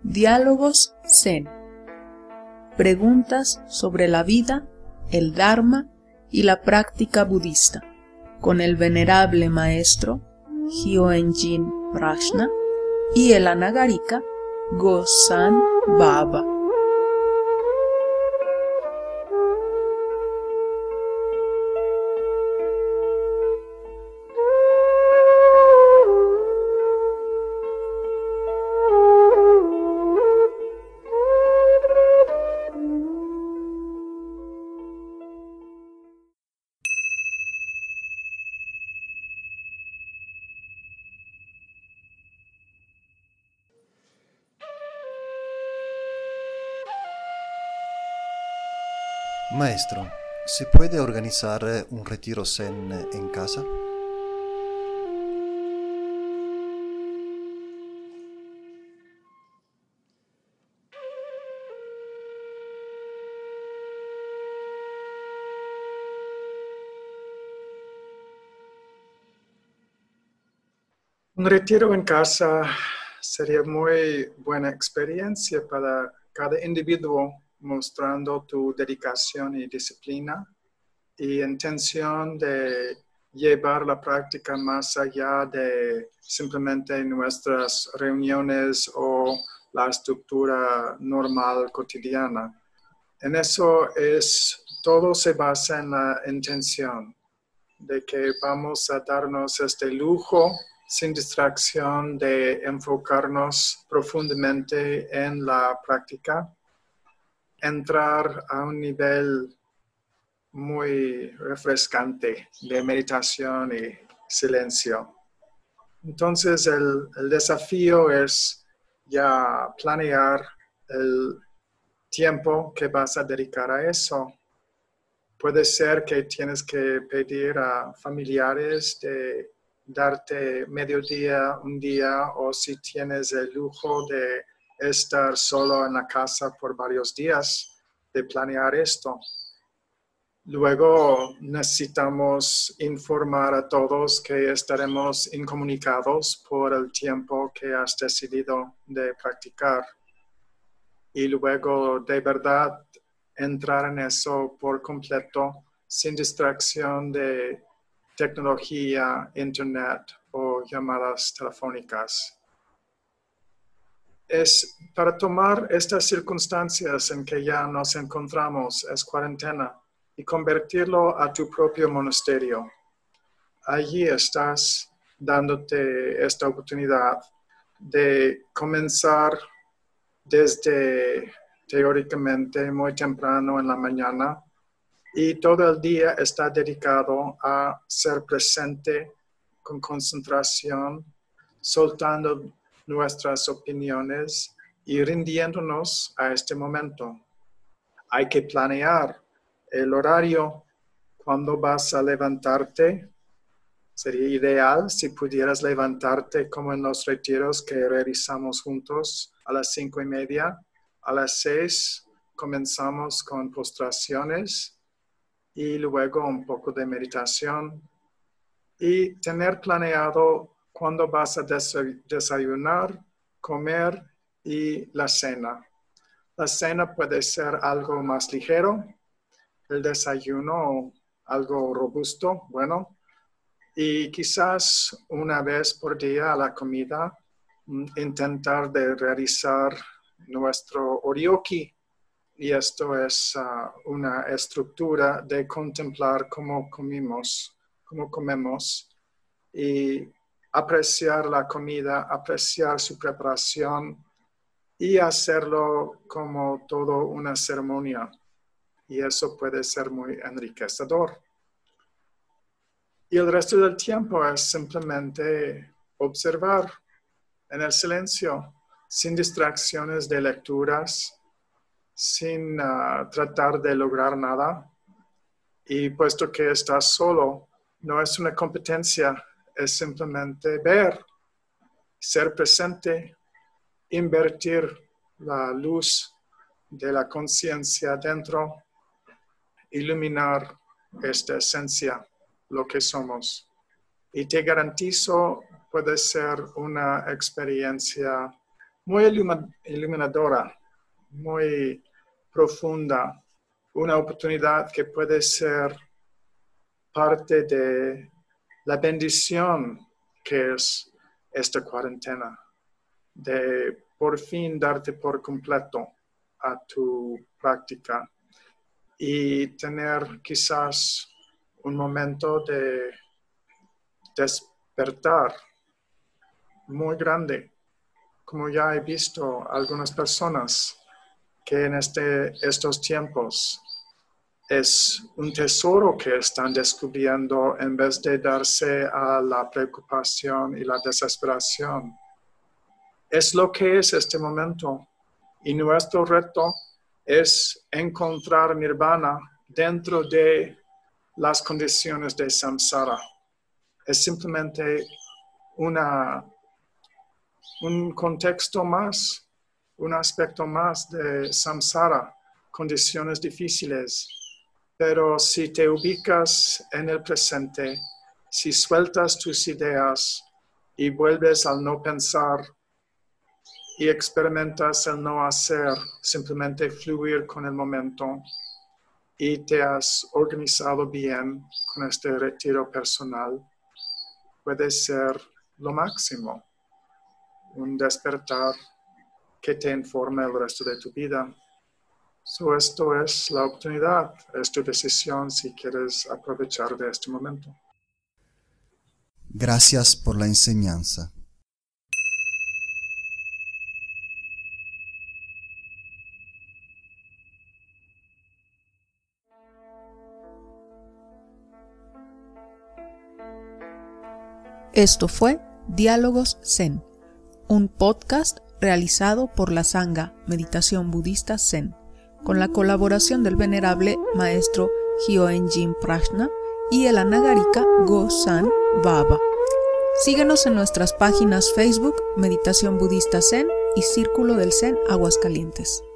Diálogos Zen. Preguntas sobre la vida, el Dharma y la práctica budista, con el venerable maestro Hyoen-jin Prajna y el anagarika Go-san Baba. Maestro, ¿se puede organizar un retiro zen en casa? Un retiro en casa sería muy buena experiencia para cada individuo, mostrando tu dedicación y disciplina y intención de llevar la práctica más allá de simplemente nuestras reuniones o la estructura normal cotidiana. En eso todo se basa en la intención de que vamos a darnos este lujo sin distracción de enfocarnos profundamente en la práctica, entrar a un nivel muy refrescante de meditación y silencio. Entonces el desafío es ya planear el tiempo que vas a dedicar a eso. Puede ser que tienes que pedir a familiares de darte mediodía, un día, o si tienes el lujo de estar solo en la casa por varios días, de planear esto. Luego necesitamos informar a todos que estaremos incomunicados por el tiempo que has decidido de practicar. Y luego de verdad entrar en eso por completo, sin distracción de tecnología, internet o llamadas telefónicas. Para tomar estas circunstancias en que ya nos encontramos, es cuarentena, y convertirlo a tu propio monasterio. Allí estás dándote esta oportunidad de comenzar desde teóricamente muy temprano en la mañana y todo el día está dedicado a ser presente con concentración, soltando nuestras opiniones y rindiéndonos a este momento. Hay que planear el horario, cuándo vas a levantarte. Sería ideal si pudieras levantarte como en los retiros que realizamos juntos a las 5:30. A las 6 comenzamos con postraciones y luego un poco de meditación. Y tener planeado cuándo vas a desayunar, comer y la cena. La cena puede ser algo más ligero, el desayuno algo robusto, bueno. Y quizás una vez por día a la comida, intentar de realizar nuestro oryoki. Y esto es una estructura de contemplar cómo comemos y apreciar la comida, apreciar su preparación y hacerlo como todo una ceremonia. Y eso puede ser muy enriquecedor. Y el resto del tiempo es simplemente observar en el silencio, sin distracciones de lecturas, sin tratar de lograr nada. Y puesto que estás solo, no es una competencia, es simplemente ver, ser presente, invertir la luz de la conciencia dentro, iluminar esta esencia, lo que somos. Y te garantizo, puede ser una experiencia muy iluminadora, muy profunda, una oportunidad que puede ser parte de la bendición que es esta cuarentena, de por fin darte por completo a tu práctica y tener quizás un momento de despertar muy grande, como ya he visto algunas personas que en estos tiempos es un tesoro que están descubriendo en vez de darse a la preocupación y la desesperación. Es lo que es este momento y nuestro reto es encontrar nirvana dentro de las condiciones de samsara. Es simplemente un contexto más, un aspecto más de samsara, condiciones difíciles. Pero si te ubicas en el presente, si sueltas tus ideas y vuelves al no pensar y experimentas el no hacer, simplemente fluir con el momento y te has organizado bien con este retiro personal, puede ser lo máximo, un despertar que te informe el resto de tu vida. Esto es la oportunidad, es tu decisión si quieres aprovechar de este momento. Gracias por la enseñanza. Esto fue Diálogos Zen, un podcast realizado por la Sangha Meditación Budista Zen, con la colaboración del venerable maestro Hyoen-Jin Prajna y el anagarika Go-San Baba. Síguenos en nuestras páginas Facebook Meditación Budista Zen y Círculo del Zen Aguascalientes.